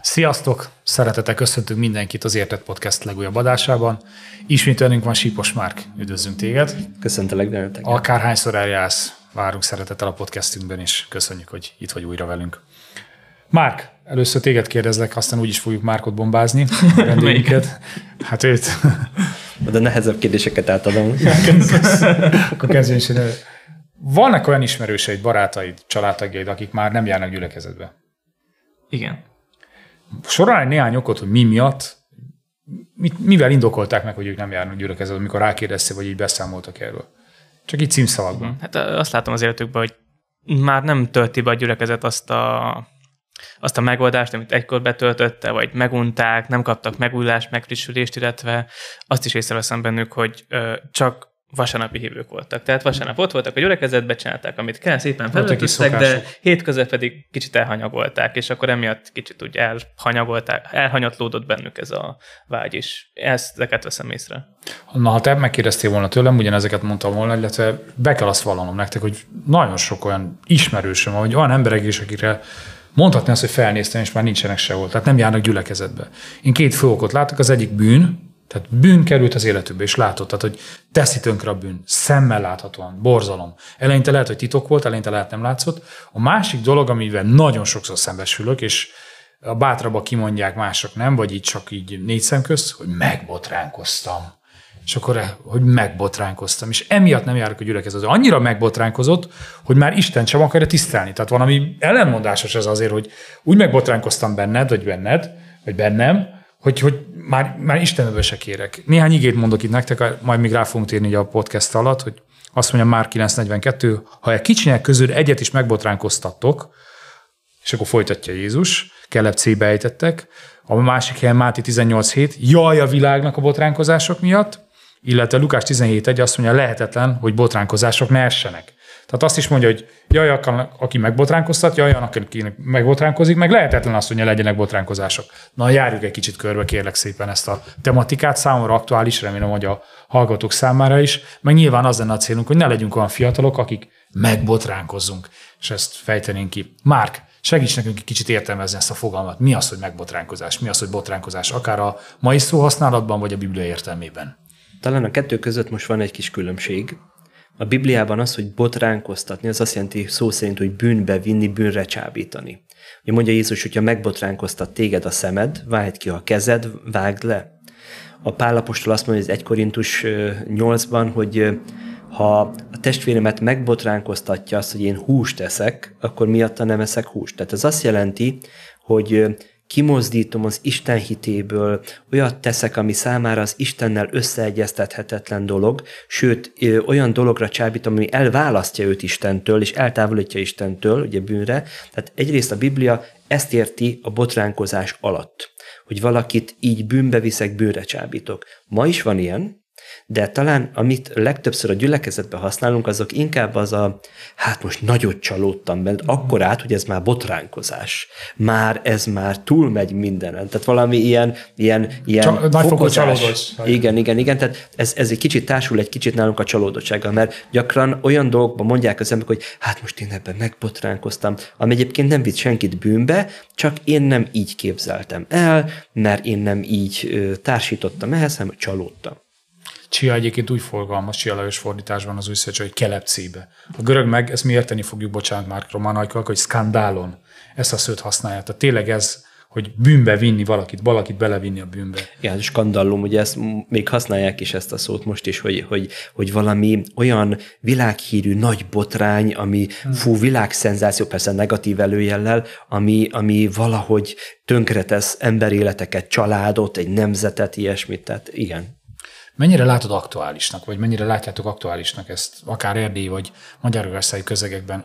Sziasztok! Szeretettel köszöntünk mindenkit az Értett Podcast legújabb adásában. Ismét velünk van Sípos Márk. Üdvözlünk téged! Köszöntelek benneteket! Akárhányszor eljársz, várunk szeretettel a podcastünkben, és köszönjük, hogy itt vagy újra velünk. Márk, először téged kérdezlek, aztán úgyis fogjuk Márkot bombázni. Vendégünket. Hát őt. De nehezebb kérdéseket átadom. Akkor kezdjön is. Vannak olyan ismerőseid, barátaid, családtagjaid, akik már nem járnak gyülekezetbe? Igen. Sorolj néhány okot, hogy mi miatt, mivel indokolták meg, hogy ők nem járnak gyülekezetbe, amikor rákérdeztél, vagy így beszámoltak erről. Csak így címszavakban. Hát azt látom az életükben, hogy már nem tölti be a gyülekezet azt a megoldást, amit egykor betöltötte, vagy megunták, nem kaptak megújulást, megfrissülést, illetve azt is észreveszem bennük, hogy csak vasárnapi hívők voltak. Tehát vasárnap ott voltak a gyülekezetbe, csinálták, amit kell, szépen felöltöztek, de hétközben pedig kicsit elhanyagolták, és akkor emiatt kicsit úgy elhanyatlódott bennük ez a vágy is. Ezeket veszem észre. Na, ha te megkérdeztél volna tőlem, ugyanezeket mondtam volna, illetve be kell azt vallanom nektek, hogy nagyon sok olyan ismerősöm, vagy olyan emberek is, akikre mondhatni azt, hogy felnéztem, és már nincsenek sehol. Tehát nem járnak gyülekezetbe. Én két fő okot látok, az egyik bűn, tehát bűn került az életükbe, és látod, tehát, hogy teszi tönkre a bűn, szemmel láthatóan, borzalom. Eleinte lehet, hogy titok volt, eleinte lehet nem látszott. A másik dolog, amivel nagyon sokszor szembesülök, és a bátrabbak kimondják, mások nem, vagy így csak így négy szem közt, hogy megbotránkoztam. És akkor, hogy megbotránkoztam. És emiatt nem járok a gyülekezetbe. Annyira megbotránkozott, hogy már Isten sem akarja tisztelni. Tehát valami ellenmondásos ez azért, hogy úgy megbotránkoztam benned, vagy bennem, hogy már Istenből se kérek. Néhány igét mondok itt nektek, majd még rá fogunk térni a podcast alatt, hogy azt mondja Márk 9:42, ha egy kicsinek közül egyet is megbotránkoztattok, és akkor folytatja Jézus, kelepcébe ejtettek, a másik helyen Máté 18:7, jaj a világnak a botránkozások miatt, illetve Lukás 17:1 azt mondja, lehetetlen, hogy botránkozások ne essenek. Tehát azt is mondja, hogy jaj, aki megbotránkoztat, jaj, aki megbotránkozik, meg lehetetlen azt mondja, legyenek botránkozások. Na, járjuk egy kicsit körbe, kérlek szépen ezt a tematikát, számomra aktuális, remélem, hogy a hallgatók számára is, meg nyilván az lenne a célunk, hogy ne legyünk olyan fiatalok, akik megbotránkozzunk, és ezt fejtenénk ki. Márk, segíts nekünk egy kicsit értelmezni ezt a fogalmat. Mi az, hogy megbotránkozás? Mi az, hogy botránkozás? Akár a mai szóhasználatban, vagy a Biblia értelmében? Talán a kettő között most van egy kis különbség. A Bibliában az, hogy botránkoztatni, az azt jelenti szó szerint, hogy bűnbe vinni, bűnre csábítani. Ugye mondja Jézus, hogyha megbotránkoztat téged a szemed, vágd ki a kezed, vágd le. A Pál apostol azt mondja, hogy 1 Korintus 8-ban, hogy ha a testvéremet megbotránkoztatja azt, hogy én húst eszek, akkor miatta nem eszek húst. Tehát ez azt jelenti, hogy kimozdítom az Isten hitéből, olyat teszek, ami számára az Istennel összeegyeztethetetlen dolog, sőt, olyan dologra csábítom, ami elválasztja őt Istentől, és eltávolítja Istentől, ugye bűnre. Tehát egyrészt a Biblia ezt érti a botránkozás alatt, hogy valakit így bűnbe viszek, bűnre csábítok. Ma is van ilyen, de talán amit legtöbbször a gyülekezetben használunk, azok inkább az hát most nagyot csalódtam benne, akkor át, hogy ez már botránkozás. Ez már túlmegy mindenen. Tehát valami ilyen nagyfokú csalódás. Igen. Tehát ez egy kicsit társul egy kicsit nálunk a csalódottsággal, mert gyakran olyan dolgokban mondják az emberek, hogy hát most én ebben megbotránkoztam, ami egyébként nem vitt senkit bűnbe, csak én nem így képzeltem el, mert én nem így társítottam ehhez, hanem csalódtam. Csia egyébként úgy fogalmaz, Csia Lajos fordításban az új szövetség, hogy kelepcébe. A görög meg, ezt mi érteni fogjuk, bocsánat Márk románaiak, hogy skandálon. Ezt a szót használja. Tehát tényleg ez, hogy bűnbe vinni valakit belevinni a bűnbe. Igen, skandallum, ugye ezt még használják is ezt a szót most is, hogy valami olyan világhírű nagy botrány, ami világszenzáció, persze negatív előjellel, ami valahogy tönkretesz emberéleteket, családot, egy nemzetet, ilyesmit, tehát igen. Mennyire látod aktuálisnak, vagy mennyire látjátok aktuálisnak ezt, akár erdélyi vagy magyarországi közegekben?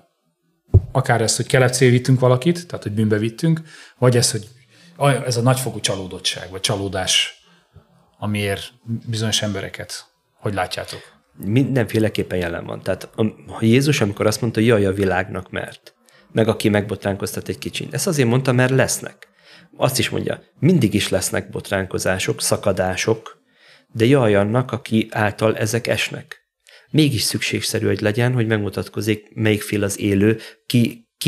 Akár ezt, hogy kelepcébe vittünk valakit, tehát hogy bűnbe vittünk, vagy ez, hogy ez a nagyfokú csalódottság, vagy csalódás, amiért bizonyos embereket, hogy látjátok? Mindenféleképpen jelen van. Tehát Jézus, amikor azt mondta, jaj a világnak, mert meg aki megbotránkoztat egy kicsit. Ezt azért mondta, mert lesznek. Azt is mondja, mindig is lesznek botránkozások, szakadások, de jaj annak, aki által ezek esnek. Mégis szükségszerű, hogy legyen, hogy megmutatkozik, melyik fél az élő, ki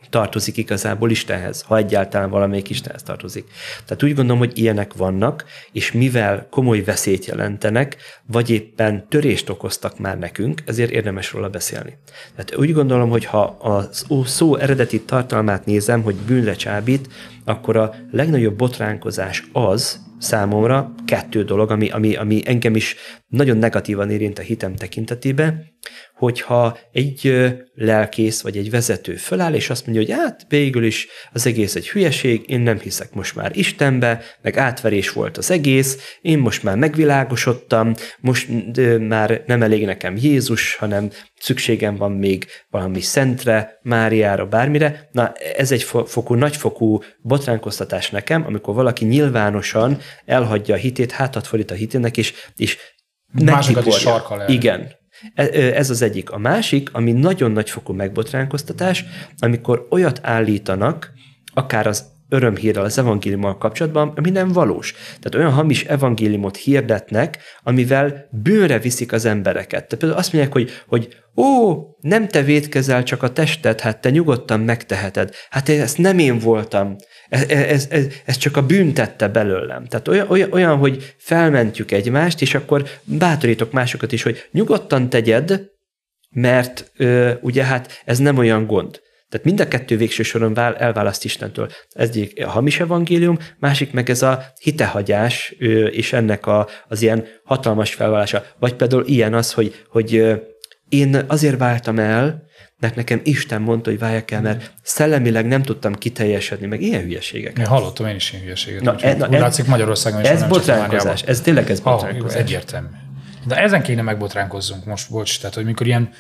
tartozik igazából Istenhez, ha egyáltalán valamelyik Istenhez tartozik. Tehát úgy gondolom, hogy ilyenek vannak, és mivel komoly veszélyt jelentenek, vagy éppen törést okoztak már nekünk, ezért érdemes róla beszélni. Tehát úgy gondolom, hogy ha a szó eredeti tartalmát nézem, hogy bűnre csábít, akkor a legnagyobb botránkozás az számomra 2 dolog, ami engem is nagyon negatívan érint a hitem tekintetében, hogyha egy lelkész vagy egy vezető föláll, és azt mondja, hogy hát végül is az egész egy hülyeség, én nem hiszek most már Istenbe, meg átverés volt az egész, én most már megvilágosodtam, most már nem elég nekem Jézus, hanem szükségem van még valami szentre, Máriára, bármire. Na, ez egy nagyfokú botránkoztatás nekem, amikor valaki nyilvánosan elhagyja a hitét, hátat fordít a hitének, és másokat is sarkal el. Igen. Ez az egyik. A másik, ami nagyon nagyfokú megbotránkoztatás, amikor olyat állítanak, akár az örömhírrel, az evangéliummal kapcsolatban, ami nem valós. Tehát olyan hamis evangéliumot hirdetnek, amivel bűnre viszik az embereket. Tehát például azt mondják, hogy nem te vétkezel, csak a tested, hát te nyugodtan megteheted. Hát ezt nem én voltam. Ez csak a bűn tette belőlem. Tehát olyan, hogy felmentjük egymást, és akkor bátorítok másokat is, hogy nyugodtan tegyed, mert ugye hát ez nem olyan gond. Tehát mind a 2 végső soron elválaszt Istentől. Ez egyik a hamis evangélium, másik meg ez a hitehagyás, és ennek az ilyen hatalmas felvallása. Vagy például ilyen az, hogy én azért váltam el, mert nekem Isten mondta, hogy váljak el, mert szellemileg nem tudtam kiteljesedni, meg ilyen hülyeségek. Én hallottam én is ilyen hülyeséget. Úgy látszik Magyarországon is. Ez botránkozás, ez tényleg ez botránkozás. Egyértelmű. De ezen kéne megbotránkozzunk most, bocs, tehát hogy mikor ilyen,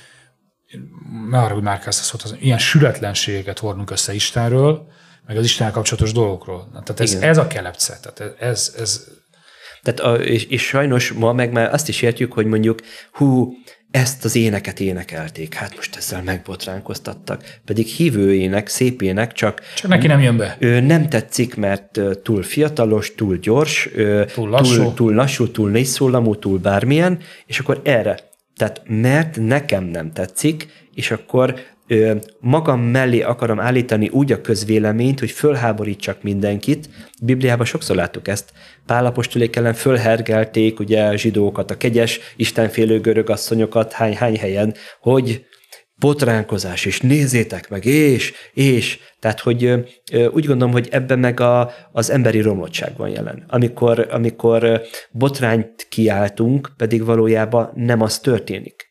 hogy ilyen sületlenségeket hordunk össze Istenről, meg az Istennel kapcsolatos dolgokról. Tehát ez a kelepce. Tehát ez... Tehát és sajnos ma meg már azt is értjük, hogy mondjuk, ezt az éneket énekelték, hát most ezzel megbotránkoztattak. Pedig hívő ének, szép ének, csak neki nem jön be. Nem tetszik, mert túl fiatalos, túl gyors, túl lassú, túl négyszólamú, túl bármilyen, és akkor erre. Tehát mert nekem nem tetszik, és akkor magam mellé akarom állítani úgy a közvéleményt, hogy fölháborítsak mindenkit. Bibliában sokszor láttuk ezt. Pál apostolék ellen fölhergelték ugye a zsidókat, a kegyes, istenfélő görög asszonyokat hány helyen, hogy botránkozás, és nézzétek meg, és. Tehát, hogy úgy gondolom, hogy ebben meg az emberi romlottság van jelen. Amikor botrányt kiáltunk, pedig valójában nem az történik.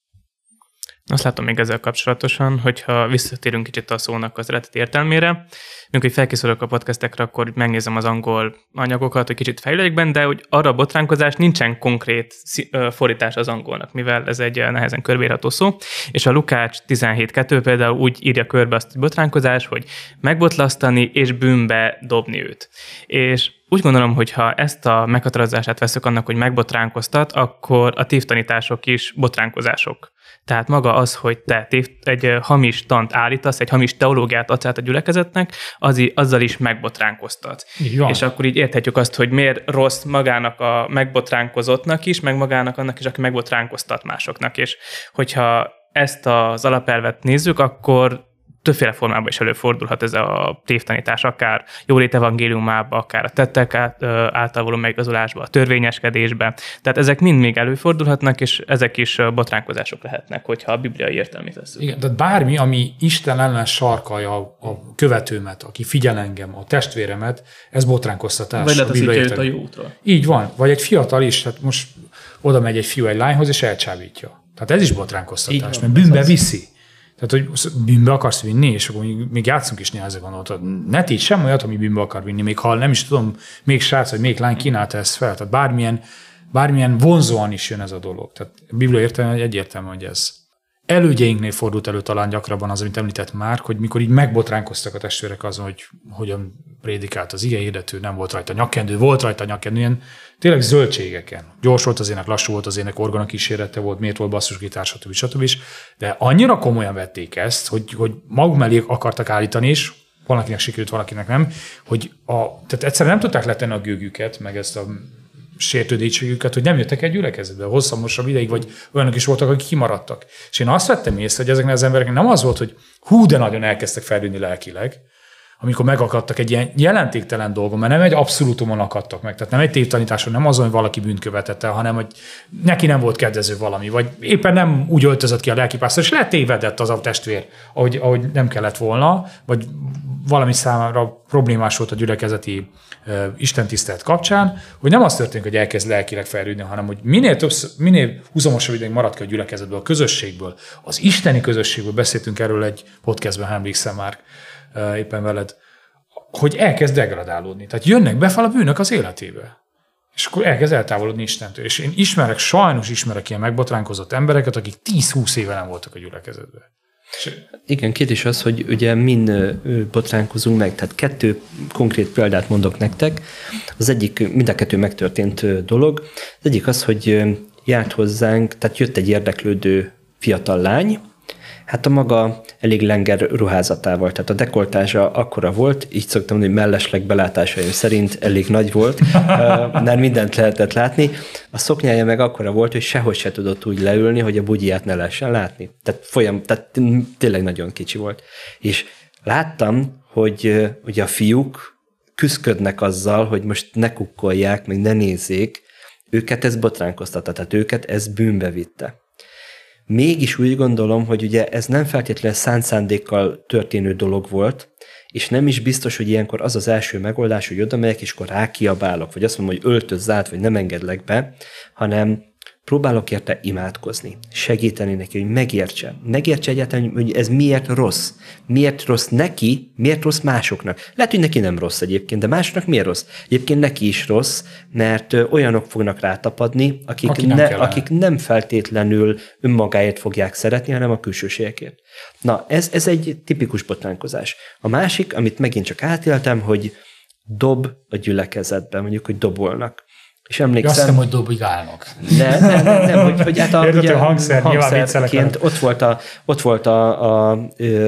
Azt látom még ezzel kapcsolatosan, hogyha visszatérünk kicsit a szónak az eredeti értelmére, amikor felkészülök a podcastekre, akkor megnézem az angol anyagokat, hogy kicsit fejlődjek benne, de hogy arra a botránkozás nincsen konkrét fordítás az angolnak, mivel ez egy nehezen körbeírható szó, és a Lukács 17.2 például úgy írja körbe azt, hogy botránkozás, hogy megbotlasztani és bűnbe dobni őt. És úgy gondolom, hogy ha ezt a meghatározását veszük annak, hogy megbotránkoztat, akkor a tévtanítások is botránkozások. Tehát maga az, hogy te egy hamis tant állítasz, egy hamis teológiát adsz át a gyülekezetnek, azzal is megbotránkoztat. És akkor így érthetjük azt, hogy miért rossz magának a megbotránkozottnak is, meg magának annak is, aki megbotránkoztat másoknak. És hogyha ezt az alapelvet nézzük, akkor többféle formában is előfordulhat ez a tévtanítás, akár jólét evangéliumában, akár a tettek által való megigazolásban, a törvényeskedésben. Tehát ezek mind még előfordulhatnak, és ezek is botránkozások lehetnek, hogyha a bibliai értelmét veszünk. Igen, tehát bármi, ami Isten ellen sarkalja a követőmet, aki figyel engem, a testvéremet, ez botránkoztatás. Vagy letaszítja őt a jó útra. Így van. Vagy egy fiatal is, tehát most oda megy egy fiú egy lányhoz, és elcsábítja. Tehát ez is botránkoztatás, mert bűnbe viszi. Tehát, hogy bűnbe akarsz vinni, és akkor még játszunk is néha ezzel gondolatod. Ne tégy sem olyat, ami bűnbe akar vinni, még ha nem is tudom, még srác, vagy még lány kínálta ezt fel. Tehát bármilyen vonzóan is jön ez a dolog. Tehát a Biblia értelme egyértelmű, hogy ez. Elődjeinknél fordult elő talán gyakrabban az, amit említett már, hogy mikor így megbotránkoztak a testvérek azon, hogy hogyan prédikált az ige hirdető, nem volt rajta nyakkendő, volt rajta nyakkendő, ilyen tényleg zöldségeken. Gyors volt az ének, lassú volt az ének, orgona kísérete volt, miért volt basszusgitár, stb. De annyira komolyan vették ezt, hogy maguk mellé akartak állítani is, valakinek sikerült, valakinek nem, hogy tehát egyszerűen nem tudták letenni a gőgüket, meg ezt a sértődétségüket, hogy nem jöttek egy gyülekezetbe hosszamosabb ideig, vagy olyanok is voltak, akik kimaradtak. És én azt vettem észre, hogy ezeknek az embereknek nem az volt, hogy hú, de nagyon elkezdtek fejlődni lelkileg, amikor megakadtak egy ilyen jelentéktelen dolgon, mert nem egy abszolútumon akadtak meg, tehát nem egy tévtanításon, nem azon, hogy valaki bűnt követett el, hanem hogy neki nem volt kedvező valami, vagy éppen nem úgy öltözött ki a lelkipásztor, és letévedett az a testvér, ahogy nem kellett volna, vagy valami számára problémás volt a gyülekezeti istentisztelet kapcsán, hogy nem az történik, hogy elkezd lelkileg fejlődni, hanem hogy minél húzamosabb ideig marad ki a gyülekezetből, a közösségből, az isteni közösségből, beszéltünk erről egy podcastben, emlékszem már, éppen veled, hogy elkezd degradálódni. Tehát jönnek befel a bűnök az életébe. És akkor elkezd eltávolodni Istentől. És én sajnos ismerek ilyen megbotránkozott embereket, akik 10-20 éve nem voltak a gyülekezetben. Igen, kérdés az, hogy ugye mind botránkozunk meg, tehát 2 konkrét példát mondok nektek. Az egyik, mind a 2 megtörtént dolog. Az egyik az, hogy járt hozzánk, tehát jött egy érdeklődő fiatal lány, hát a maga elég lenger ruházatával, tehát a dekoltázsa akkora volt, így szoktam mondani, mellesleg belátásaim szerint elég nagy volt, mert mindent lehetett látni. A szoknyája meg akkora volt, hogy sehogy se tudott úgy leülni, hogy a bugyját ne lehessen látni. Tehát tényleg nagyon kicsi volt. És láttam, hogy ugye a fiúk küszködnek azzal, hogy most ne kukkolják, meg ne nézzék, őket ez botránkoztatta, tehát őket ez bűnbe vitte. Mégis úgy gondolom, hogy ugye ez nem feltétlenül szánt szándékkal történő dolog volt, és nem is biztos, hogy ilyenkor az az első megoldás, hogy oda megyek, és akkor rákiabálok, vagy azt mondom, hogy öltözz át, vagy nem engedlek be, hanem próbálok érte imádkozni, segíteni neki, hogy megértse egyáltalán, hogy ez miért rossz. Miért rossz neki, miért rossz másoknak. Lehet, hogy neki nem rossz egyébként, de másoknak miért rossz? Egyébként neki is rossz, mert olyanok fognak rátapadni, akik nem feltétlenül önmagáért fogják szeretni, hanem a külsőségekért. Na, ez egy tipikus botránkozás. A másik, amit megint csak átéltem, hogy dob a gyülekezetben, mondjuk, hogy dobolnak. És emlékszem... Azt hiszem, hogy dobigálnak. Nem, hogy hát a hangszerként ott volt a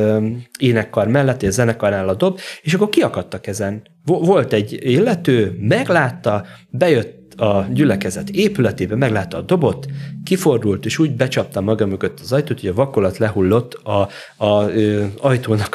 énekkar mellett, a zenekarnál a dob, és akkor kiakadtak ezen. Volt egy illető, meglátta, bejött a gyülekezet épületébe, meglátta a dobot, kifordult, és úgy becsapta maga mögött az ajtót, hogy a vakolat lehullott a ajtónak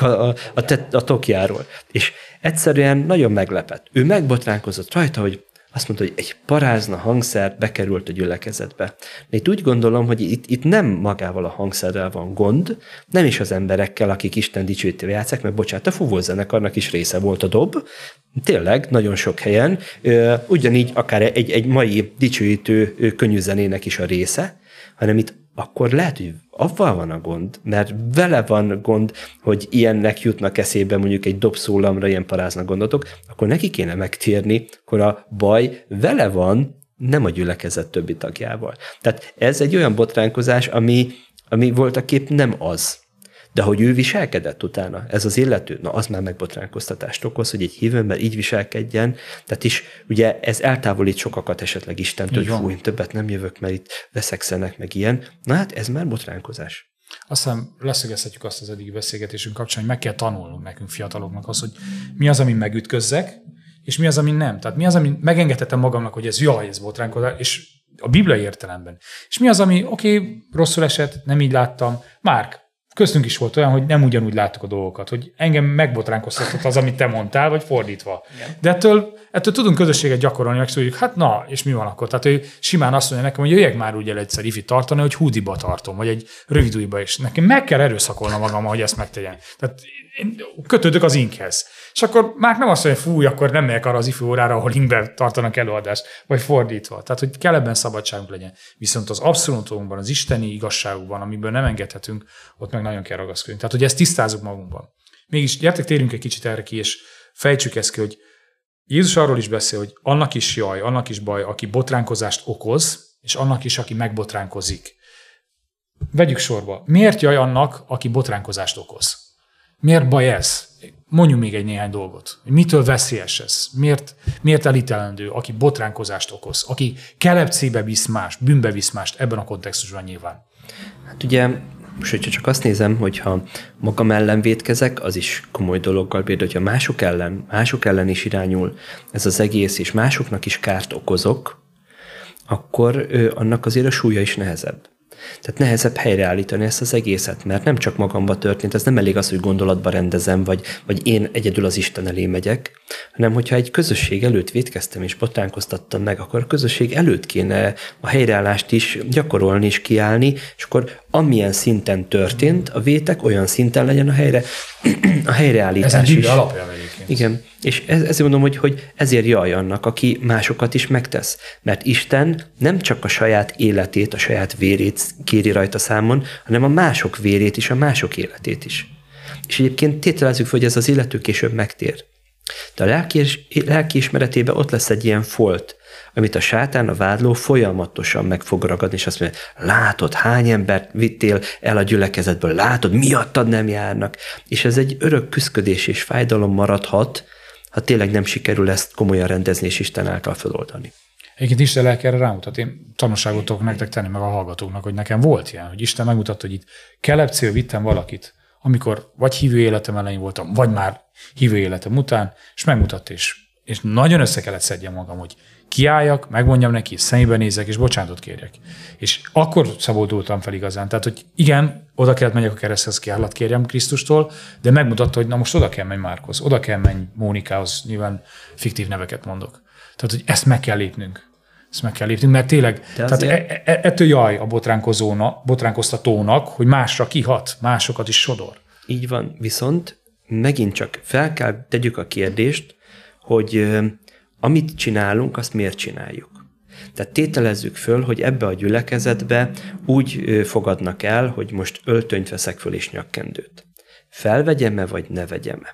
a tokjáról. És egyszerűen nagyon meglepett. Ő megbotránkozott rajta, hogy azt mondta, hogy egy parázna hangszer bekerült a gyülekezetbe. De itt úgy gondolom, hogy itt nem magával a hangszerrel van gond, nem is az emberekkel, akik Isten dicsőítével játszák, mert bocsánat, a fúvózenekarnak is része volt a dob, tényleg, nagyon sok helyen, ugyanígy akár egy mai dicsőítő könnyűzenének is a része, hanem itt akkor lehet, hogy avval van a gond, mert vele van gond, hogy ilyennek jutnak eszébe mondjuk egy dobszólamra ilyen parázna gondotok, akkor neki kéne megtérni, akkor a baj vele van, nem a gyülekezet többi tagjával. Tehát ez egy olyan botránkozás, ami voltaképp nem az. De hogy ő viselkedett utána, ez az illető, na az már megbotránkoztatást okoz, hogy egy hívő ember így viselkedjen, tehát is ugye ez eltávolít sokakat esetleg Istentől, hogy én többet nem jövök, mert itt veszekszenek meg ilyen. Na hát ez már botránkozás. Aztán leszögezhetjük azt az eddigi beszélgetésünk kapcsán, hogy meg kell tanulnunk nekünk fiataloknak az, hogy mi az, amin megütközzek, és mi az, amin nem. Tehát mi az, amin megengedhetem magamnak, hogy ez botránkozás, és a bibliai értelemben. És mi az, ami rosszul esett, nem így láttam. Márk, köztünk is volt olyan, hogy nem ugyanúgy láttuk a dolgokat, hogy engem megbotránkoztatott az, amit te mondtál, vagy fordítva. Igen. De ettől tudunk közösséget gyakorolni, meg tudjuk, hát na, és mi van akkor? Tehát ő simán azt mondja nekem, hogy jöjjek már úgy el egyszer ifit tartani, hogy hoodie-ba tartom, vagy egy rövid ujjba is. Nekem meg kell erőszakolnom magam, hogy ezt megtegyen. Tehát én kötődök az inkhez. És akkor már nem azt mondja, hogy fúj, akkor nem megyek arra az ifjú órára, ahol inkbe tartanak előadást, vagy fordítva. Tehát, hogy kell ebben szabadságunk legyen. Viszont az abszolútunkban, az isteni igazságukban, amiből nem engedhetünk, ott meg nagyon kell ragaszkodni. Tehát, hogy ezt tisztázzuk magunkban. Mégis gyertek, térjünk egy kicsit erre ki, és fejtsük ezt ki, hogy Jézus arról is beszél, hogy annak is jaj, annak is baj, aki botránkozást okoz, és annak is, aki megbotránkozik. Vegyük sorba. Miért jaj annak, aki botránkozást okoz? Miért baj ez? Mondjunk még egy néhány dolgot. Mitől veszélyes ez? Miért elítélendő, aki botránkozást okoz? Aki kelepcébe visz mást, bűnbe visz mást, ebben a kontextusban nyilván. Hát ugye, most hogyha csak azt nézem, hogyha magam ellen vétkezek, az is komoly dologgal bír, hogyha mások ellen is irányul ez az egész, és másoknak is kárt okozok, akkor annak azért a súlya is nehezebb. Tehát nehezebb helyreállítani ezt az egészet, mert nem csak magamba történt, ez nem elég az, hogy gondolatba rendezem, vagy én egyedül az Isten elé megyek, hanem hogyha egy közösség előtt vétkeztem és botránkoztattam meg, akkor a közösség előtt kéne a helyreállást is gyakorolni és kiállni, és akkor amilyen szinten történt a vétek, olyan szinten legyen a helyreállítás ez is. Ez egy alapja egyébként. Igen, és ezért mondom, hogy ezért jaj annak, aki másokat is megtesz. Mert Isten nem csak a saját életét, a saját vérét kéri rajta számon, hanem a mások vérét is, a mások életét is. És egyébként tételezzük fel, hogy ez az illető később megtér. De a lelkiismeretében ott lesz egy ilyen folt, amit a sátán, a vádló folyamatosan meg fog ragadni, és azt mondja, látod, hány embert vittél el a gyülekezetből, látod, miattad nem járnak. És ez egy örök küszködés és fájdalom maradhat, ha tényleg nem sikerül ezt komolyan rendezni és Isten által feloldani. Egyébként Isten lelke erre rámutat. Én tanulságot tudok nektek tenni, meg a hallgatóknak, hogy nekem volt ilyen, hogy Isten megmutatta, hogy itt Kelepcél vittem valakit, amikor vagy hívő életem elején voltam, vagy már hívő életem után, és megmutatta, és nagyon össze kellett szedjem magam, hogy kiálljak, megmondjam neki, szemébe nézek, és bocsánatot kérjek. És akkor szabadultam fel igazán. Tehát, hogy igen, oda kellett menjek a kereszthez, kiállat kérjem Krisztustól, de megmutatta, hogy na most oda kell menj Márkhoz, oda kell menj Mónikához, nyilván fiktív neveket mondok. Tehát, hogy ezt meg kell lépnünk. Mert tényleg, ettől jaj a botránkoztatónak, hogy másra kihat, másokat is sodor. Így van, viszont megint csak fel kell tegyük a kérdést, hogy amit csinálunk, azt miért csináljuk. Tehát tételezzük föl, hogy ebbe a gyülekezetbe úgy fogadnak el, hogy most öltönyt veszek föl és nyakkendőt. Felvegyem-e, vagy ne vegyem-e?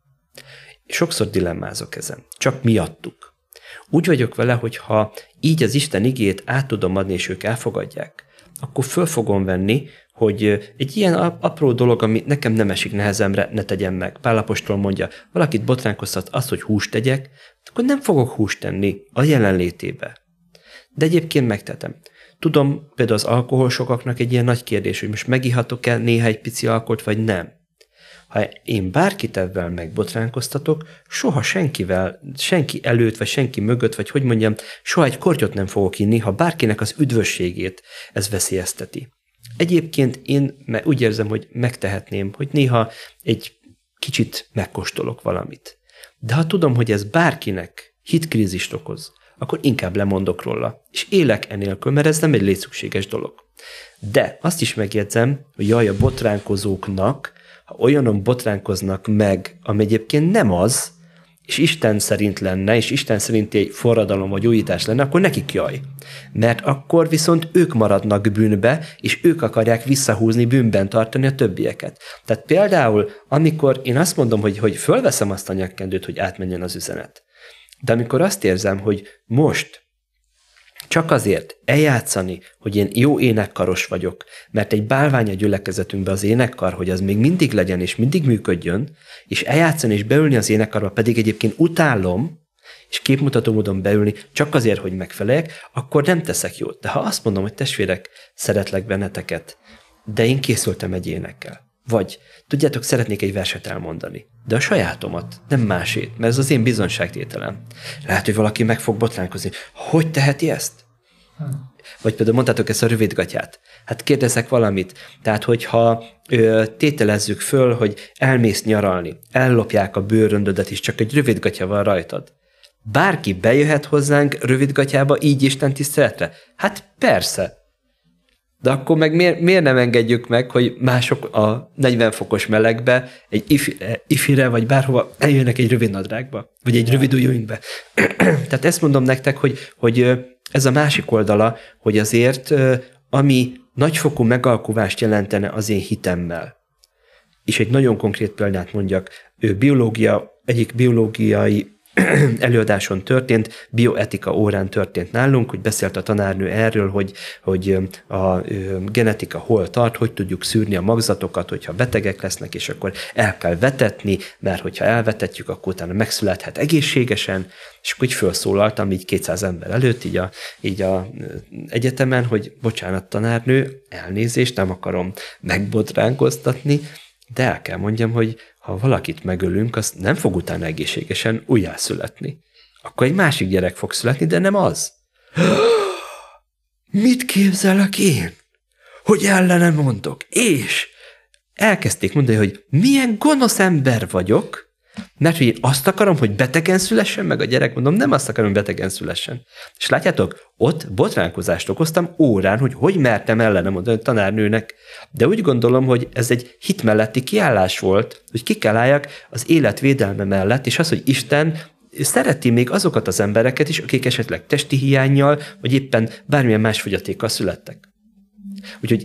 Sokszor dilemmázok ezen. Csak miattuk. Úgy vagyok vele, hogy ha így az Isten igét át tudom adni, és ők elfogadják, akkor föl fogom venni, hogy egy ilyen apró dolog, ami nekem nem esik nehezemre, ne tegyem meg. Pál apostol mondja, valakit botránkoztat azt, hogy húst tegyek, akkor nem fogok húst tenni a jelenlétébe. De egyébként megtetem. Tudom, például az alkoholsokaknak egy ilyen nagy kérdés, hogy most megihatok-e néha egy pici alkoholt, vagy nem. Ha én bárkit ebben megbotránkoztatok, soha senki előtt, vagy senki mögött, vagy hogy mondjam, soha egy kortyot nem fogok inni, ha bárkinek az üdvösségét ez veszélyezteti. Egyébként én úgy érzem, hogy megtehetném, hogy néha egy kicsit megkóstolok valamit. De ha tudom, hogy ez bárkinek hitkrízist okoz, akkor inkább lemondok róla, és élek enélkül, mert ez nem egy létszükséges dolog. De azt is megjegyzem, hogy jaj, a botránkozóknak, ha olyanok botránkoznak meg, ami egyébként nem az, és Isten szerint lenne, és Isten szerinti egy forradalom vagy újítás lenne, akkor nekik jaj. Mert akkor viszont ők maradnak bűnbe, és ők akarják visszahúzni, bűnben tartani a többieket. Tehát például, amikor én azt mondom, hogy fölveszem azt a nyakkendőt, hogy átmenjen az üzenet, de amikor azt érzem, hogy most csak azért eljátszani, hogy én jó énekkaros vagyok, mert egy bálvány a gyülekezetünkben az énekkar, hogy az még mindig legyen és mindig működjön, és eljátszani és beülni az énekkarba, pedig egyébként utálom, és képmutató módon beülni csak azért, hogy megfeleljek, akkor nem teszek jót. De ha azt mondom, hogy testvérek, szeretlek benneteket, de én készültem egy énekkel. Vagy, tudjátok, szeretnék egy verset elmondani, de a sajátomat, nem másét, mert ez az én bizonságtételem. Lehet, hogy valaki meg fog botránkozni. Hogy teheti ezt? Vagy például mondtátok ezt a rövidgatját. Hát kérdezek valamit. Tehát, hogyha tételezzük föl, hogy elmész nyaralni, ellopják a bőröndödet is, csak egy rövidgatja van rajtad. Bárki bejöhet hozzánk rövidgatjába így Isten tiszteletre? Hát persze. De akkor meg miért nem engedjük meg, hogy mások a 40 fokos melegbe, egy ifire vagy bárhova eljönnek egy rövid nadrágba, vagy egy rövid ujjünkbe. Tehát ezt mondom nektek, hogy ez a másik oldala, hogy azért, ami nagyfokú megalkuvást jelentene az én hitemmel. És egy nagyon konkrét példát mondjak, egyik biológiai előadáson történt, bioetika órán történt nálunk, hogy beszélt a tanárnő erről, hogy a genetika hol tart, hogy tudjuk szűrni a magzatokat, hogyha betegek lesznek, és akkor el kell vetetni, mert hogyha elvetetjük, akkor utána megszülethet egészségesen, és akkor így felszólaltam így 200 ember előtt, így a egyetemen, hogy bocsánat tanárnő, elnézést, nem akarom megbotránkoztatni, de el kell mondjam, hogy ha valakit megölünk, az nem fog utána egészségesen újjászületni. Akkor egy másik gyerek fog születni, de nem az. mit képzelek én, hogy ellene mondok? És elkezdték mondani, hogy milyen gonosz ember vagyok, mert hogy én azt akarom, hogy betegen szülessen meg a gyerek, mondom, nem azt akarom, hogy betegen szülessen. És látjátok, ott botránkozást okoztam órán, hogy mertem ellene mondani a tanárnőnek, de úgy gondolom, hogy ez egy hit melletti kiállás volt, hogy ki kell álljak az életvédelme mellett, és az, hogy Isten szereti még azokat az embereket is, akik esetleg testi hiánnyal, vagy éppen bármilyen más fogyatékkal születtek. Úgyhogy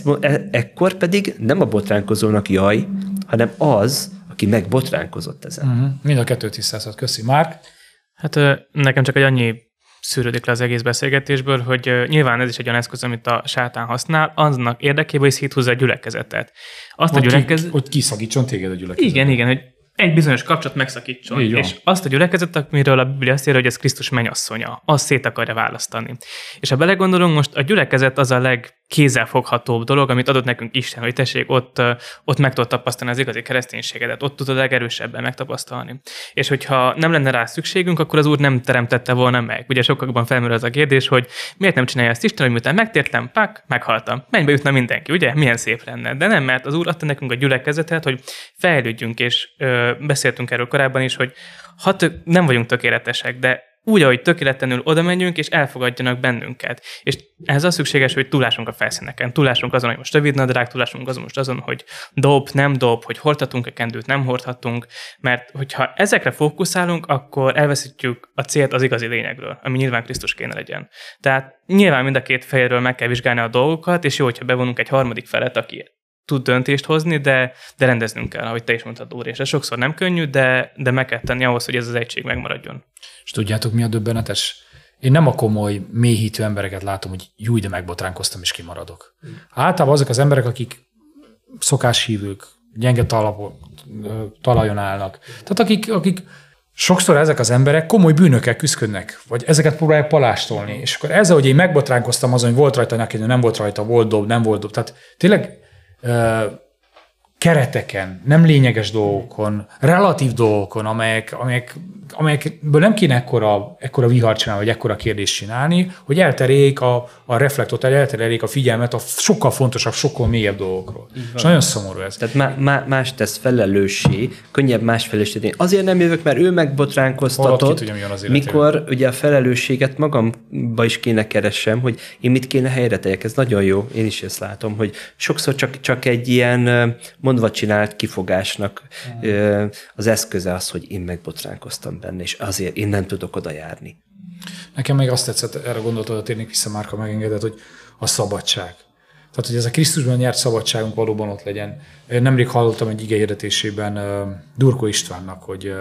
ekkor pedig nem a botránkozónak jaj, hanem az, aki megbotránkozott ezen. Mind a kettőt tisztázhat. Köszi. Márk? Hát nekem csak egy annyi szűrődik le az egész beszélgetésből, hogy nyilván ez is egy olyan eszköz, amit a sátán használ, annak érdekében, hogy széthúzza a gyülekezetet. Azt a gyülekezet... Hogy kiszakítson téged a gyülekezet. Igen, hogy egy bizonyos kapcsolat megszakítson. És azt a gyülekezetet, amiről a Biblia azt írja, hogy ez Krisztus mennyasszonya, azt szét akarja választani. És ha belegondolunk, most a gyülekezet az a legkézzelfoghatóbb dolog, amit adott nekünk Isten, hogy tessék, ott meg tudod tapasztalni az igazi kereszténységedet, ott tudod legerősebben megtapasztalni. És hogyha nem lenne rá szükségünk, akkor az Úr nem teremtette volna meg. Ugye sokakban felmerül az a kérdés, hogy miért nem csinálja ezt Isten, hogy miután megtértem, meghaltam. Mennybe jutna mindenki, ugye? Milyen szép lenne. De nem, mert az Úr adta nekünk a gyülekezetet, hogy fejlődjünk, és beszéltünk erről korábban is, hogy nem vagyunk tökéletesek, de úgy, ahogy tökéletlenül oda menjünk, és elfogadjanak bennünket. És ehhez az szükséges, hogy túlásunk a felszíneken. Túlásunk azon, hogy most rövidnadrág, túlásunk azon, hogy dob, nem dob, hogy hordhatunk-e kendőt, nem hordhatunk. Mert hogyha ezekre fókuszálunk, akkor elveszítjük a célt az igazi lényegről, ami nyilván Krisztus kéne legyen. Tehát nyilván mind a két fejről meg kell vizsgálni a dolgokat, és jó, hogyha bevonunk egy harmadik felet, aki tud döntést hozni, de rendeznünk kell, ahogy te is mondtad, Dóri, és ez sokszor nem könnyű, de meg kell tenni ahhoz, hogy ez az egység megmaradjon. És tudjátok, mi a döbbenetes? Én nem a komoly, mélyhitű embereket látom, hogy júj, de megbotránkoztam, és kimaradok. Általában azok az emberek, akik szokáshívők, gyenge talajon állnak. Tehát akik sokszor ezek az emberek komoly bűnökkel küzdködnek, vagy ezeket próbálják palástolni. És akkor ezzel, hogy én megbotránkoztam azon, hogy volt rajta neked, nem volt rajta, volt dob, nem volt dob. Tehát tényleg kereteken, nem lényeges dolgokon, relatív dolgokon, amelyekből nem kéne ekkora vihart csinálni, vagy ekkora kérdést csinálni, hogy eltereljék a reflektort, eltereljék a figyelmet a sokkal fontosabb, sokkal mélyebb dolgokról. És nagyon szomorú ez. Tehát más tesz felelőssé, könnyebb más felelősségét. Azért nem jövök, mert ő megbotránkoztatott, mikor ugye a felelősséget magamba is kéne keressem, hogy én mit kéne helyre tegyek. Ez nagyon jó, én is ezt látom, hogy sokszor csak egy ilyen mondva csinált kifogásnak az eszköze az, hogy én megbotránkoztam benne, és azért én nem tudok oda járni. Nekem még azt tetszett, erre gondoltam, hogy térnék vissza, Márka megengedett, hogy a szabadság. Tehát, hogy ez a Krisztusban nyert szabadságunk valóban ott legyen. Nemrég hallottam egy igehirdetésében Durkó Istvánnak, hogy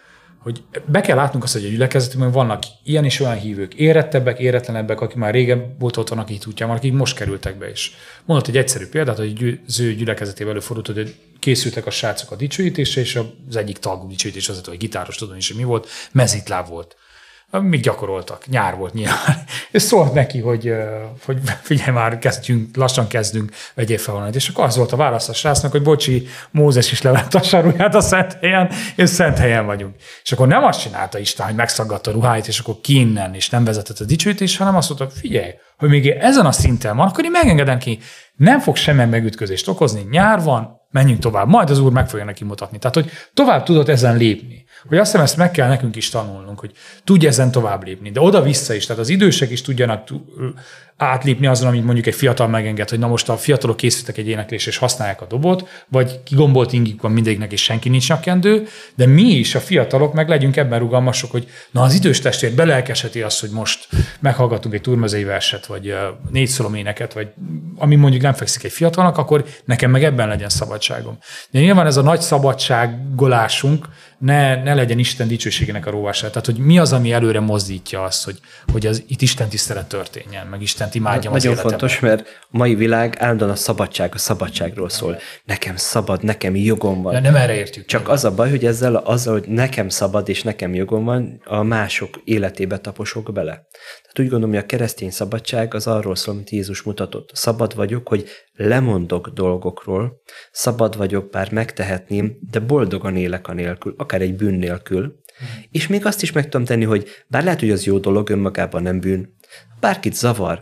be kell látnunk azt, hogy a gyülekezetünkben vannak ilyen és olyan hívők, érettebbek, éretlenebbek, akik már régen volt ott vannak hit útján, akik most kerültek be is. Mondott egy egyszerű példát, hogy az ő gyülekezetében előfordult, hogy készültek a srácok a dicsőítésre, és az egyik tagú dicsőítés az, hogy gitáros, tudom is, hogy mi volt, mezitláb volt. Még gyakoroltak, nyár volt nyilván. És szólt neki, hogy figyelj már, lassan kezdünk, vegyél fel valamit. És akkor az volt a válasz a srácnak, hogy bocsi, Mózes is levett a saruját a szent helyen, és szent helyen vagyunk. És akkor nem azt csinálta Isten, hogy megszaggatta a ruháit, és akkor ki innen, és nem vezetett a dicsőítés, hanem azt mondta, figyelj, hogy még ezen a szinten van, akkor én megengedem ki, nem fog semmi megütközést okozni, nyár van, menjünk tovább, majd az Úr meg fogja neki mutatni. Tehát, hogy tovább tudod ezen lépni. Hogy azt hiszem, ezt meg kell nekünk is tanulnunk, hogy tudj ezen tovább lépni, de oda-vissza is, tehát az idősek is tudjanak átlépni azon, amit mondjuk egy fiatal megenged, hogy na most a fiatalok készültek egy éneklésre és használják a dobot, vagy kigombolt ingik van mindegyiknek és senki nincs nyakkendő, de mi is, a fiatalok meg legyünk ebben rugalmasok, hogy na az idős testvér belelkesheti azt, hogy most meghallgatunk egy turmözei verset, vagy 4 szoloméneket, vagy ami mondjuk nem fekszik egy fiatalnak, akkor nekem meg ebben legyen szabadságom. De nyilván ez a nagy szabadságolásunk ne legyen Isten dicsőségének a róvására. Tehát, hogy mi az, ami előre mozdítja azt, hogy itt Isten tisztelet történjen, meg Istent imádjam az életemben. Nagyon fontos, mert a mai világ állandóan a szabadságról szól. Nekem szabad, nekem jogom van. De nem erre értjük. Csak az a baj, hogy ezzel, hogy nekem szabad és nekem jogom van, a mások életébe taposok bele. Tehát úgy gondolom, hogy a keresztény szabadság az arról szól, amit Jézus mutatott. Szabad vagyok, hogy lemondok dolgokról, szabad vagyok, bár megtehetném, de boldogan élek anélkül, akár egy bűn nélkül. És még azt is meg tudom tenni, hogy bár lehet, hogy az jó dolog, önmagában nem bűn, bárkit zavar,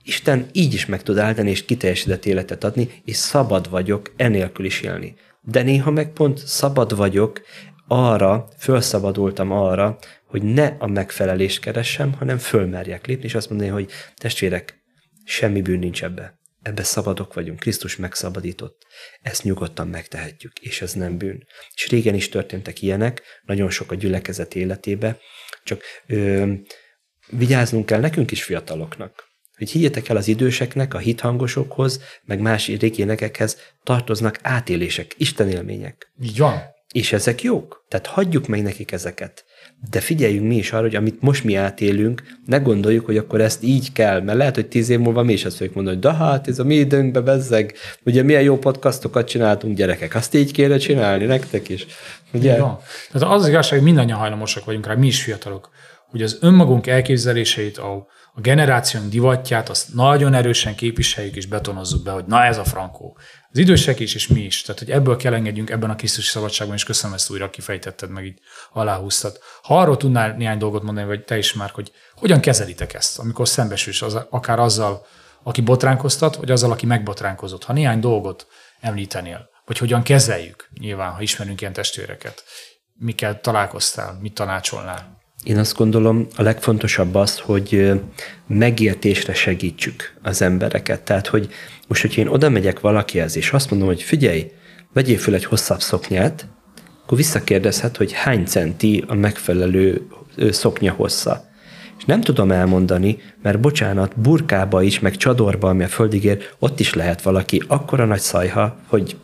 Isten így is meg tud áldani, és kiteljesedett életet adni, és szabad vagyok enélkül is élni. De néha meg pont szabad vagyok arra, fölszabadultam arra, hogy ne a megfelelést keressem, hanem fölmerjek lépni, és azt mondani, hogy testvérek, semmi bűn nincs ebbe. Ebbe szabadok vagyunk, Krisztus megszabadított. Ezt nyugodtan megtehetjük, és ez nem bűn. És régen is történtek ilyenek, nagyon sok a gyülekezet életébe, csak vigyáznunk kell nekünk is fiataloknak, hogy higgyetek el, az időseknek, a hithangosokhoz, meg más régi énekekhez tartoznak átélések, istenélmények. Így van. És ezek jók, tehát hagyjuk meg nekik ezeket. De figyeljünk mi is arra, hogy amit most mi átélünk, ne gondoljuk, hogy akkor ezt így kell, mert lehet, hogy 10 év múlva mi is azt fogjuk mondani, hogy de hát ez a mi időnkbe bezzeg, ugye milyen jó podcastokat csináltunk, gyerekek, azt így kéne csinálni nektek is. Ugye? Tehát az igazság, hogy mindannyian hajlamosak vagyunk rá, mi is fiatalok, hogy az önmagunk elképzeléseit, a generációnk divatját, azt nagyon erősen képviseljük és betonozzuk be, hogy na ez a frankó. Az idősek is, és mi is. Tehát, hogy ebből kell engedjünk ebben a Krisztusi szabadságban, és köszönöm, ezt újra kifejtetted, meg így aláhúztad. Ha arról tudnál néhány dolgot mondani, vagy te is már, hogy hogyan kezelitek ezt, amikor szembesülsz akár azzal, aki botránkoztat, vagy azzal, aki megbotránkozott. Ha néhány dolgot említenél, vagy hogyan kezeljük, nyilván, ha ismerünk ilyen testvéreket. Mikkel találkoztál, mit tanácsolnál? Én azt gondolom, a legfontosabb az, hogy megértésre segítsük az embereket. Tehát, hogy most, hogyha én oda megyek valakihez, és azt mondom, hogy figyelj, vegyél föl egy hosszabb szoknyát, akkor visszakérdezhet, hogy hány centi a megfelelő szoknya hossza. És nem tudom elmondani, mert bocsánat, burkába is, meg csadorba, ami a földig ér, ott is lehet valaki akkora nagy szajha, hogy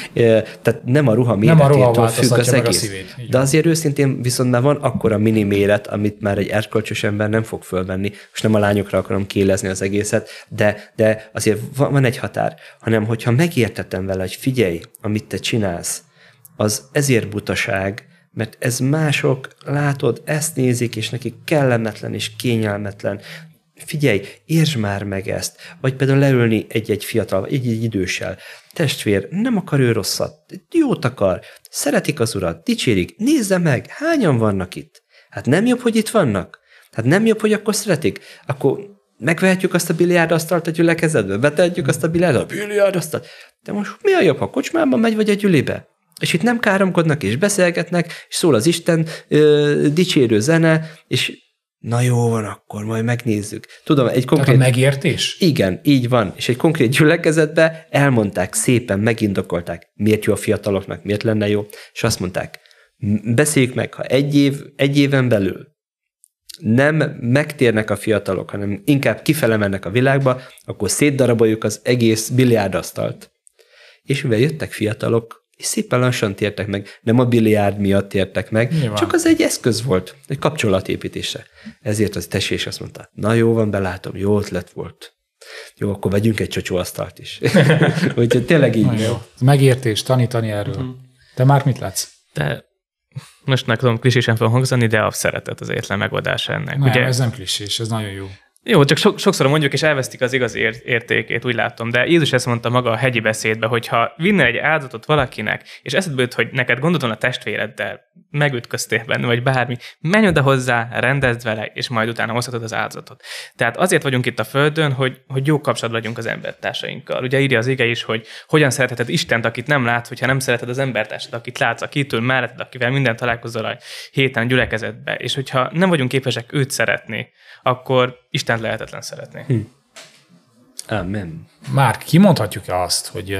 tehát nem a ruha méretétől függ az egész. De azért őszintén viszont már van akkora mini méret, amit már egy erkölcsös ember nem fog fölvenni. Most nem a lányokra akarom kélezni az egészet, de azért van egy határ. Hanem, hogyha megértettem vele, hogy figyelj, amit te csinálsz, az ezért butaság, mert ez mások, látod, ezt nézik, és nekik kellemetlen és kényelmetlen. Figyelj, értsd már meg ezt. Vagy például leülni egy fiatal, egy időssel. Testvér, nem akar ő rosszat, jót akar, szeretik az urat, dicsérik, nézze meg, hányan vannak itt? Hát nem jobb, hogy itt vannak? Hát nem jobb, hogy akkor szeretik? Akkor megvehetjük azt a biliárdasztalt a gyülekezetbe? Betehetjük azt a biliárdasztalt? De most mi a jobb, ha kocsmában megy, vagy a gyülibe? És itt nem káromkodnak, és beszélgetnek, és szól az Isten dicsérő zene, és na jó van, akkor majd megnézzük. Tudom, egy konkrét... Tehát a megértés? Igen, így van. És egy konkrét gyülekezetbe elmondták szépen, megindokolták, miért jó a fiataloknak, miért lenne jó, és azt mondták, beszéljük meg, ha egy éven belül nem megtérnek a fiatalok, hanem inkább kifele mennek a világba, akkor szétdaraboljuk az egész biliárdasztalt. És mivel jöttek fiatalok, és szépen lassan tértek meg, nem a biliárd miatt tértek meg, nyilván. Csak az egy eszköz volt, egy kapcsolatépítése. Ezért az tesés azt mondta, na jó van, belátom, jó ötlet volt. Jó, akkor vegyünk egy csocsóasztalt is. Úgyhogy tényleg így. Jó. Megértés, tanítani erről. Te már mit látsz? De most nem tudom klisésen fog hangzani, de a szeretet az egyetlen megoldása ennek. Nem, ugye? Ez nem klisés, ez nagyon jó. Jó, csak sokszor mondjuk, és elvesztik az igazi értékét, úgy látom. De Jézus ezt mondta maga a hegyi beszédbe, hogy ha vinne egy áldozatot valakinek, és eszedbe jut, hogy neked gondod van a testvéreddel, megütköztél benne, vagy bármi, menj oda hozzá, rendezd vele, és majd utána hozhatod az áldozatot. Tehát azért vagyunk itt a Földön, hogy jó kapcsolatban legyünk az embertársainkkal. Ugye írja az ige is, hogy hogyan szeretheted Istent, akit nem látsz, hogyha nem szereted az embertársat, akit látsz, akitől melletted, akivel minden találkozol a héten gyülekezetbe. És hogyha nem vagyunk képesek őt szeretni, akkor Istent lehetetlen szeretni. Amen. Márk, kimondhatjuk-e azt, hogy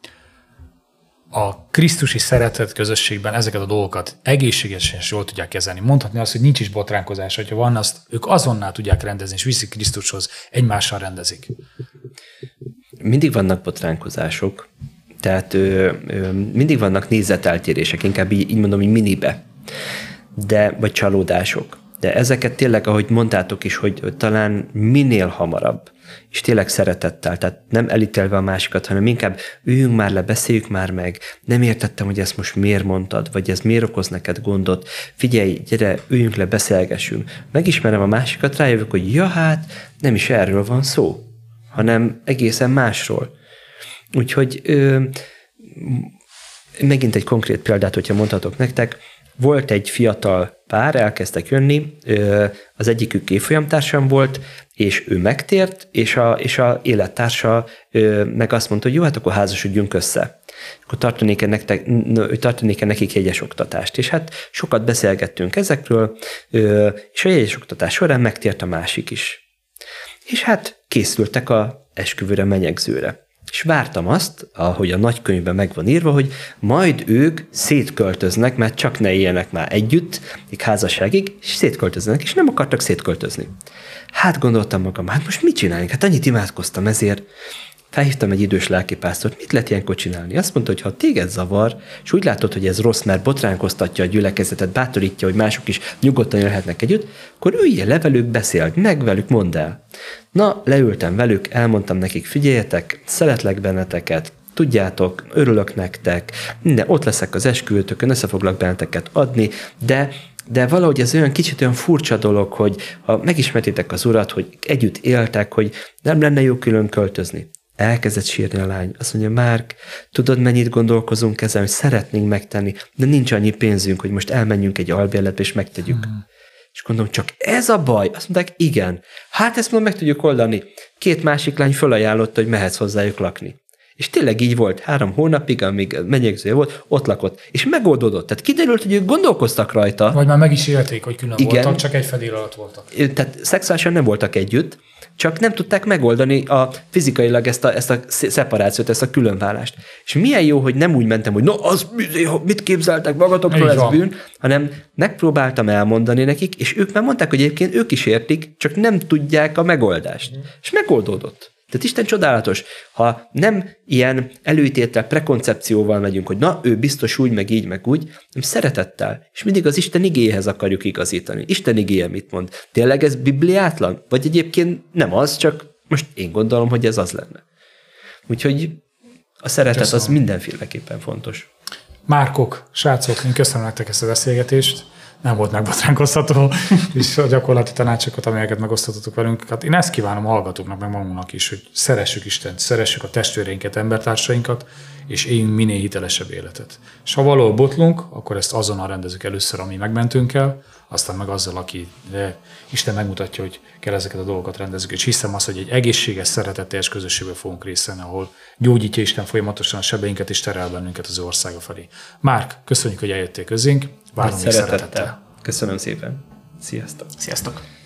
a krisztusi szeretet közösségben ezeket a dolgokat egészségesen és jól tudják kezelni? Mondhatni azt, hogy nincs is botránkozás, hogyha van, azt ők azonnal tudják rendezni, és viszik Krisztushoz, egymással rendezik. Mindig vannak botránkozások, tehát mindig vannak nézeteltérések, inkább így mondom, hogy minibe, vagy csalódások. De ezeket tényleg, ahogy mondtátok is, hogy talán minél hamarabb, és tényleg szeretettel, tehát nem elítélve a másikat, hanem inkább üljünk már le, beszéljük már meg, nem értettem, hogy ezt most miért mondtad, vagy ez miért okoz neked gondot, figyelj, gyere, üljünk le, beszélgessünk. Megismerem a másikat, rájövök, hogy ja hát, nem is erről van szó, hanem egészen másról. Úgyhogy megint egy konkrét példát, hogyha mondhatok nektek, volt egy fiatal pár, elkezdtek jönni, az egyikük évfolyamtársam volt, és ő megtért, és a élettársa meg azt mondta, hogy jó, hát akkor házasodjunk össze. Akkor tartanék nekik jegyes oktatást. És hát sokat beszélgettünk ezekről, és a jegyes oktatás során megtért a másik is. És hát készültek a esküvőre, menyegzőre. És vártam azt, ahogy a nagykönyvben meg van írva, hogy majd ők szétköltöznek, mert csak ne éljenek már együtt, még házasságig, és szétköltöznek, és nem akartak szétköltözni. Hát gondoltam magam, hát most mit csináljunk? Hát annyit imádkoztam ezért. Felhívtam egy idős lelkipásztort, mit lehet ilyenkor csinálni? Azt mondta, hogy ha téged zavar, és úgy látod, hogy ez rossz, mert botránkoztatja a gyülekezetet, bátorítja, hogy mások is nyugodtan élhetnek együtt, akkor üljél le velük, beszéld meg velük, mondd el. Na, leültem velük, elmondtam nekik, figyeljetek, szeretlek benneteket, tudjátok, örülök nektek, minden, ott leszek az esküvőtökön, össze foglak benneteket adni, de valahogy ez olyan kicsit olyan furcsa dolog, hogy ha megismertétek az Urat, hogy együtt éltek, hogy nem lenne jó külön költözni. Elkezdett sírni a lány. Azt mondja, Márk, tudod, mennyit gondolkozunk ezen, hogy szeretnénk megtenni, de nincs annyi pénzünk, hogy most elmenjünk egy albérletbe és megtegyük. És gondolom, csak ez a baj? Azt mondták, igen. Hát ezt mondom, meg tudjuk oldani. 2 másik lány fölajánlotta, hogy mehetsz hozzájuk lakni. És tényleg így volt, 3 hónapig, amíg menyegzője volt, ott lakott. És megoldódott. Tehát kiderült, hogy ők gondolkoztak rajta. Vagy már meg is élték, hogy külön voltak, csak egy fedél alatt voltak. Tehát szexuálisan nem voltak együtt, csak nem tudták megoldani fizikailag ezt a szeparációt, ezt a különválást. És milyen jó, hogy nem úgy mentem, hogy mit képzeltek magatokról, ez bűn, hanem megpróbáltam elmondani nekik, és ők már mondták, hogy egyébként ők is értik, csak nem tudják a megoldást. És megoldódott. Tehát Isten csodálatos. Ha nem ilyen előítélettel, prekoncepcióval megyünk, hogy na, ő biztos úgy, meg így, meg úgy, hanem szeretettel. És mindig az Isten igéhez akarjuk igazítani. Isten igéje mit mond? Tényleg ez bibliátlan? Vagy egyébként nem az, csak most én gondolom, hogy ez az lenne. Úgyhogy a szeretet az mindenféleképpen fontos. Márkok, srácok, én köszönöm nektek ezt a beszélgetést. Nem volt megbotránkoztató, és a gyakorlati tanácsokat, amelyeket megosztottatok velünk. Hát én ezt kívánom a hallgatóknak, meg magunknak is, hogy szeressük Istent, szeressük a testvéreinket, embertársainkat, és éljünk minél hitelesebb életet. És ha valahol botlunk, akkor ezt azonnal rendezzük először, ami megmentőnkkel, aztán meg azzal, aki Isten megmutatja, hogy kell ezeket a dolgokat rendezzük. És hiszem azt, hogy egy egészséges, szeretetteljes közösségben fogunk részt venni, ahol gyógyítja Isten folyamatosan a sebeinket és terel bennünket az országa felé. Márk, köszönjük, hogy eljöttél közénk. Várunk szeretettel. Köszönöm szépen. Sziasztok. Sziasztok.